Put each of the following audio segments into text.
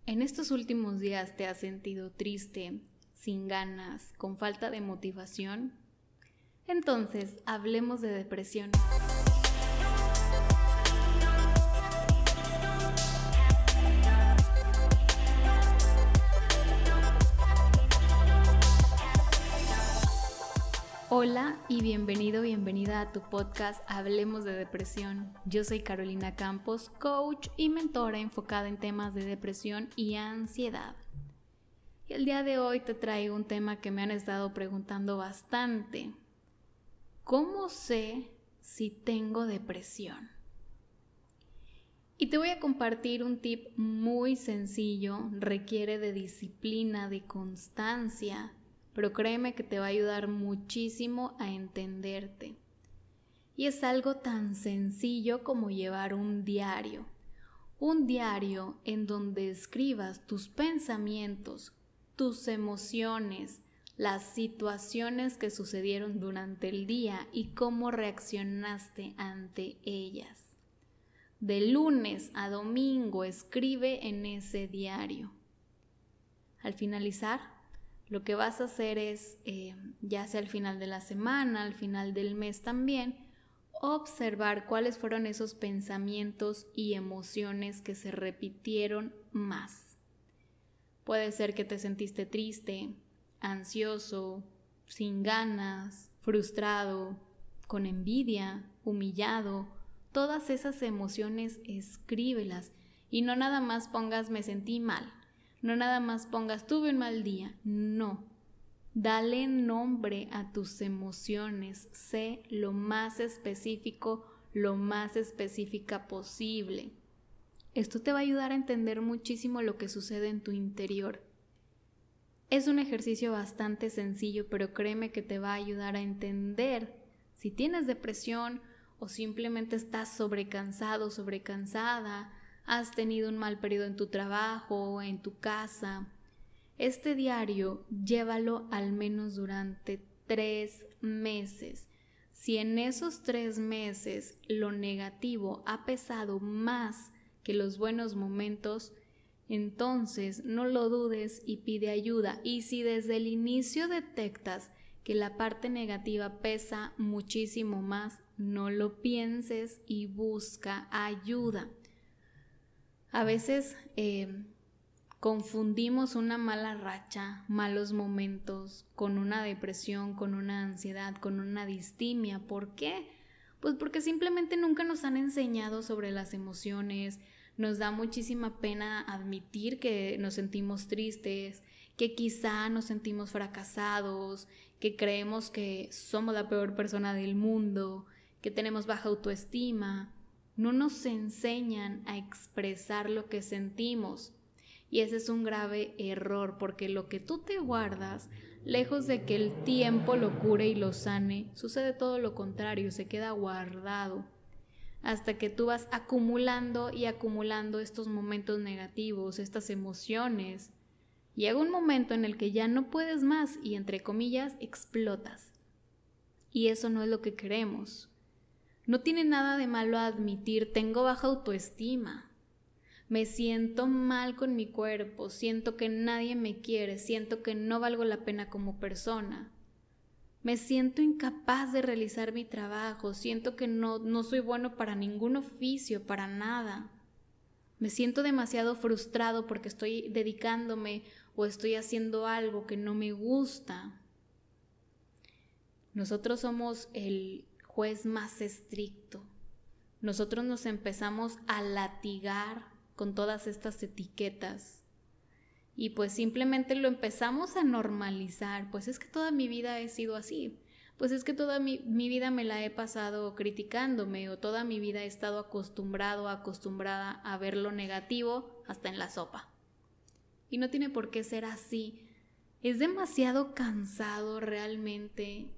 ¿En estos últimos días te has sentido triste, sin ganas, con falta de motivación? Entonces, hablemos de depresión. Hola y bienvenida a tu podcast Hablemos de Depresión. Yo soy Carolina Campos, coach y mentora enfocada en temas de depresión y ansiedad. Y el día de hoy te traigo un tema que me han estado preguntando bastante. ¿Cómo sé si tengo depresión? Y te voy a compartir un tip muy sencillo, requiere de disciplina, de constancia, pero créeme que te va a ayudar muchísimo a entenderte. Y es algo tan sencillo como llevar un diario en donde escribas tus pensamientos, tus emociones, las situaciones que sucedieron durante el día y cómo reaccionaste ante ellas. De lunes a domingo escribe en ese diario. Al finalizar, lo que vas a hacer es, ya sea al final de la semana, al final del mes también, observar cuáles fueron esos pensamientos y emociones que se repitieron más. Puede ser que te sentiste triste, ansioso, sin ganas, frustrado, con envidia, humillado. Todas esas emociones escríbelas y no nada más pongas me sentí mal. No nada más pongas tuve un mal día, no. Dale nombre a tus emociones, sé lo más específica posible. Esto te va a ayudar a entender muchísimo lo que sucede en tu interior. Es un ejercicio bastante sencillo, pero créeme que te va a ayudar a entender si tienes depresión o simplemente estás sobrecansado, sobrecansada. Has tenido un mal periodo en tu trabajo o en tu casa. Este diario llévalo al menos durante 3 meses. Si en esos 3 meses lo negativo ha pesado más que los buenos momentos, entonces no lo dudes y pide ayuda. Y si desde el inicio detectas que la parte negativa pesa muchísimo más, no lo pienses y busca ayuda. A veces confundimos una mala racha, malos momentos, con una depresión, con una ansiedad, con una distimia. ¿Por qué? Pues porque simplemente nunca nos han enseñado sobre las emociones. Nos da muchísima pena admitir que nos sentimos tristes, que quizá nos sentimos fracasados, que creemos que somos la peor persona del mundo, que tenemos baja autoestima. No nos enseñan a expresar lo que sentimos y ese es un grave error porque lo que tú te guardas, lejos de que el tiempo lo cure y lo sane, sucede todo lo contrario, se queda guardado hasta que tú vas acumulando y acumulando estos momentos negativos, estas emociones. Llega un momento en el que ya no puedes más y entre comillas explotas y eso no es lo que queremos. No tiene nada de malo admitir, tengo baja autoestima, me siento mal con mi cuerpo, siento que nadie me quiere, siento que no valgo la pena como persona, me siento incapaz de realizar mi trabajo, siento que no soy bueno para ningún oficio, para nada, me siento demasiado frustrado porque estoy dedicándome o estoy haciendo algo que no me gusta. Nosotros somos el juez más estricto. Nosotros nos empezamos a latigar con todas estas etiquetas y pues simplemente lo empezamos a normalizar. Pues es que toda mi vida he sido así, pues es que toda mi vida me la he pasado criticándome o toda mi vida he estado acostumbrada a ver lo negativo hasta en la sopa. Y no tiene por qué ser así. Es demasiado cansado realmente.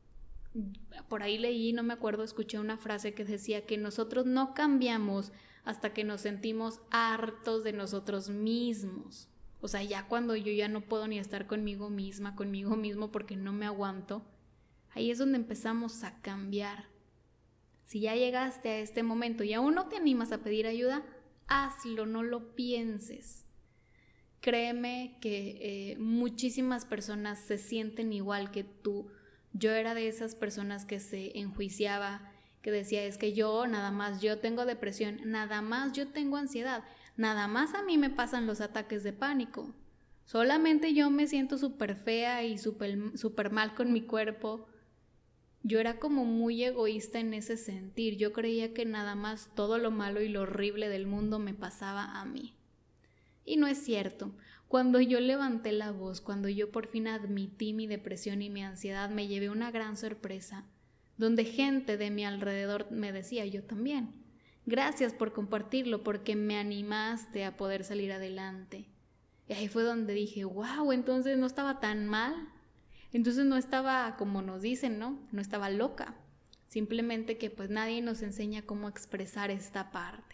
Por ahí leí, no me acuerdo, escuché una frase que decía que nosotros no cambiamos hasta que nos sentimos hartos de nosotros mismos. O sea, ya cuando yo ya no puedo ni estar conmigo misma, conmigo mismo porque no me aguanto, ahí es donde empezamos a cambiar. Si ya llegaste a este momento y aún no te animas a pedir ayuda, hazlo, no lo pienses. Créeme que muchísimas personas se sienten igual que tú. Yo era de esas personas que se enjuiciaba, que decía, es que nada más yo tengo depresión, nada más yo tengo ansiedad, nada más a mí me pasan los ataques de pánico. Solamente yo me siento súper fea y súper mal con mi cuerpo. Yo era como muy egoísta en ese sentir. Yo creía que nada más todo lo malo y lo horrible del mundo me pasaba a mí. Y no es cierto. Cuando yo levanté la voz, cuando yo por fin admití mi depresión y mi ansiedad, me llevé una gran sorpresa, donde gente de mi alrededor me decía, yo también. Gracias por compartirlo, porque me animaste a poder salir adelante. Y ahí fue donde dije, wow, entonces no estaba tan mal. Entonces no estaba, como nos dicen, ¿no? No estaba loca. Simplemente que pues nadie nos enseña cómo expresar esta parte.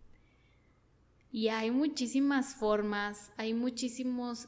Y hay muchísimas formas, hay muchísimas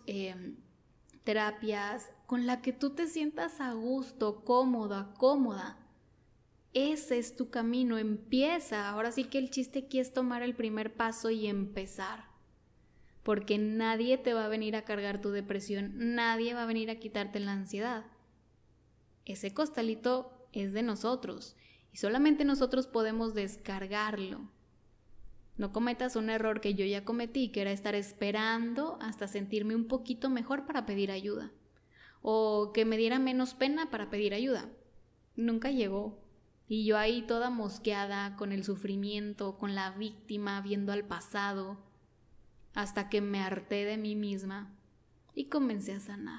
terapias con las que tú te sientas a gusto, cómoda. Ese es tu camino, empieza. Ahora sí que el chiste aquí es tomar el primer paso y empezar. Porque nadie te va a venir a cargar tu depresión, nadie va a venir a quitarte la ansiedad. Ese costalito es de nosotros y solamente nosotros podemos descargarlo. No cometas un error que yo ya cometí, que era estar esperando hasta sentirme un poquito mejor para pedir ayuda. O que me diera menos pena para pedir ayuda. Nunca llegó. Y yo ahí toda mosqueada, con el sufrimiento, con la víctima, viendo al pasado, hasta que me harté de mí misma y comencé a sanar.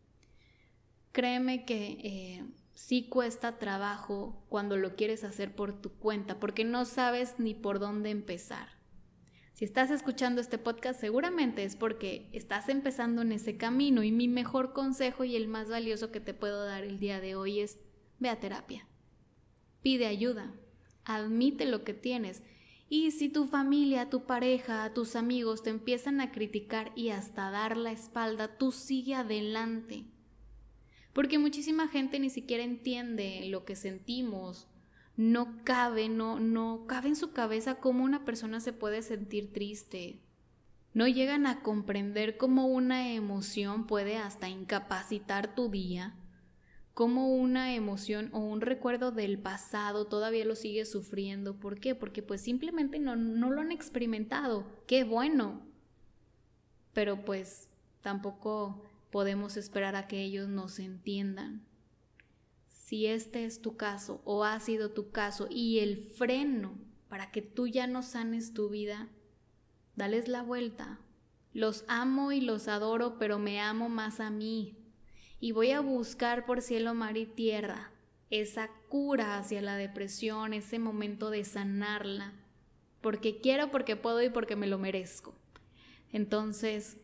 Créeme que sí cuesta trabajo cuando lo quieres hacer por tu cuenta, porque no sabes ni por dónde empezar. Si estás escuchando este podcast, seguramente es porque estás empezando en ese camino, y mi mejor consejo y el más valioso que te puedo dar el día de hoy es: ve a terapia, pide ayuda, admite lo que tienes. Y si tu familia, tu pareja, tus amigos te empiezan a criticar y hasta dar la espalda, tú sigue adelante. Porque muchísima gente ni siquiera entiende lo que sentimos. No cabe en su cabeza cómo una persona se puede sentir triste. No llegan a comprender cómo una emoción puede hasta incapacitar tu día. Cómo una emoción o un recuerdo del pasado todavía lo sigues sufriendo. ¿Por qué? Porque pues simplemente no lo han experimentado. ¡Qué bueno! Pero pues tampoco podemos esperar a que ellos nos entiendan. Si este es tu caso o ha sido tu caso y el freno para que tú ya no sanes tu vida, dales la vuelta. Los amo y los adoro, pero me amo más a mí. Y voy a buscar por cielo, mar y tierra esa cura hacia la depresión, ese momento de sanarla, porque quiero, porque puedo y porque me lo merezco. Entonces,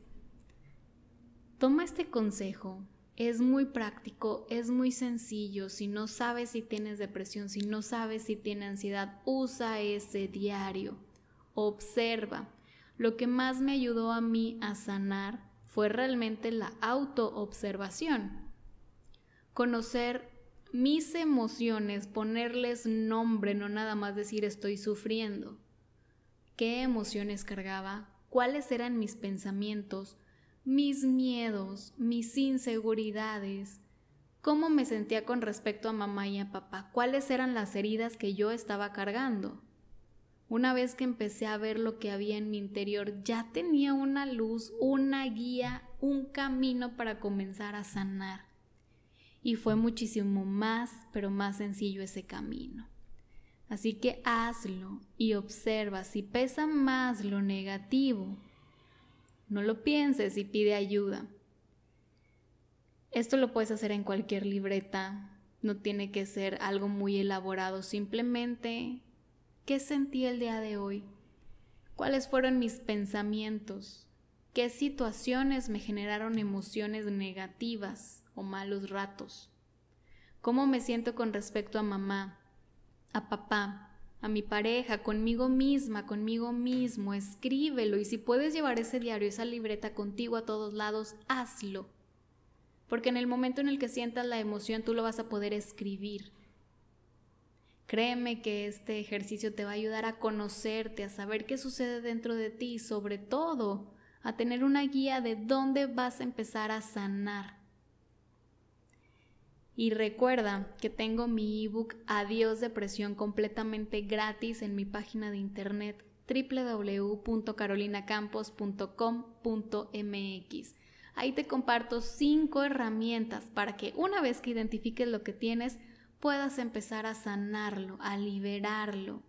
toma este consejo. Es muy práctico, es muy sencillo. Si no sabes si tienes depresión, si no sabes si tienes ansiedad, usa ese diario. Observa. Lo que más me ayudó a mí a sanar fue realmente la autoobservación. Conocer mis emociones, ponerles nombre, no nada más decir estoy sufriendo. ¿Qué emociones cargaba? ¿Cuáles eran mis pensamientos? Mis miedos, mis inseguridades, cómo me sentía con respecto a mamá y a papá, cuáles eran las heridas que yo estaba cargando. Una vez que empecé a ver lo que había en mi interior, ya tenía una luz, una guía, un camino para comenzar a sanar. Y fue muchísimo más, pero más sencillo ese camino. Así que hazlo y observa si pesa más lo negativo. No lo pienses y pide ayuda. Esto lo puedes hacer en cualquier libreta, no tiene que ser algo muy elaborado, simplemente ¿qué sentí el día de hoy? ¿Cuáles fueron mis pensamientos? ¿Qué situaciones me generaron emociones negativas o malos ratos? ¿Cómo me siento con respecto a mamá, a papá, a mi pareja, conmigo misma, conmigo mismo? Escríbelo, y si puedes llevar ese diario, esa libreta contigo a todos lados, hazlo. Porque en el momento en el que sientas la emoción, tú lo vas a poder escribir. Créeme que este ejercicio te va a ayudar a conocerte, a saber qué sucede dentro de ti y sobre todo a tener una guía de dónde vas a empezar a sanar. Y recuerda que tengo mi ebook Adiós Depresión completamente gratis en mi página de internet www.carolinacampos.com.mx. Ahí te comparto 5 herramientas para que una vez que identifiques lo que tienes, puedas empezar a sanarlo, a liberarlo.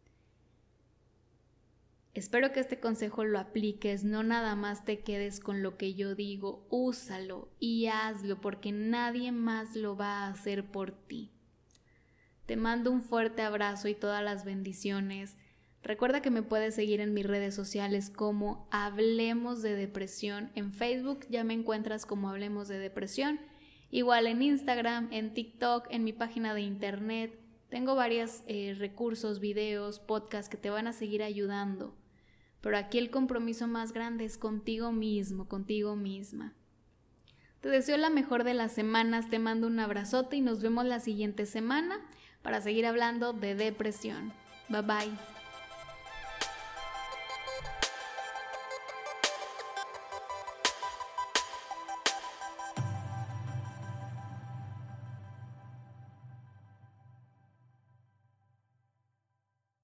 Espero que este consejo lo apliques, no nada más te quedes con lo que yo digo, úsalo y hazlo porque nadie más lo va a hacer por ti. Te mando un fuerte abrazo y todas las bendiciones. Recuerda que me puedes seguir en mis redes sociales como Hablemos de Depresión. En Facebook ya me encuentras como Hablemos de Depresión. Igual en Instagram, en TikTok, en mi página de internet. Tengo varios recursos, videos, podcasts que te van a seguir ayudando. Pero aquí el compromiso más grande es contigo mismo, contigo misma. Te deseo la mejor de las semanas, te mando un abrazote y nos vemos la siguiente semana para seguir hablando de depresión. Bye bye.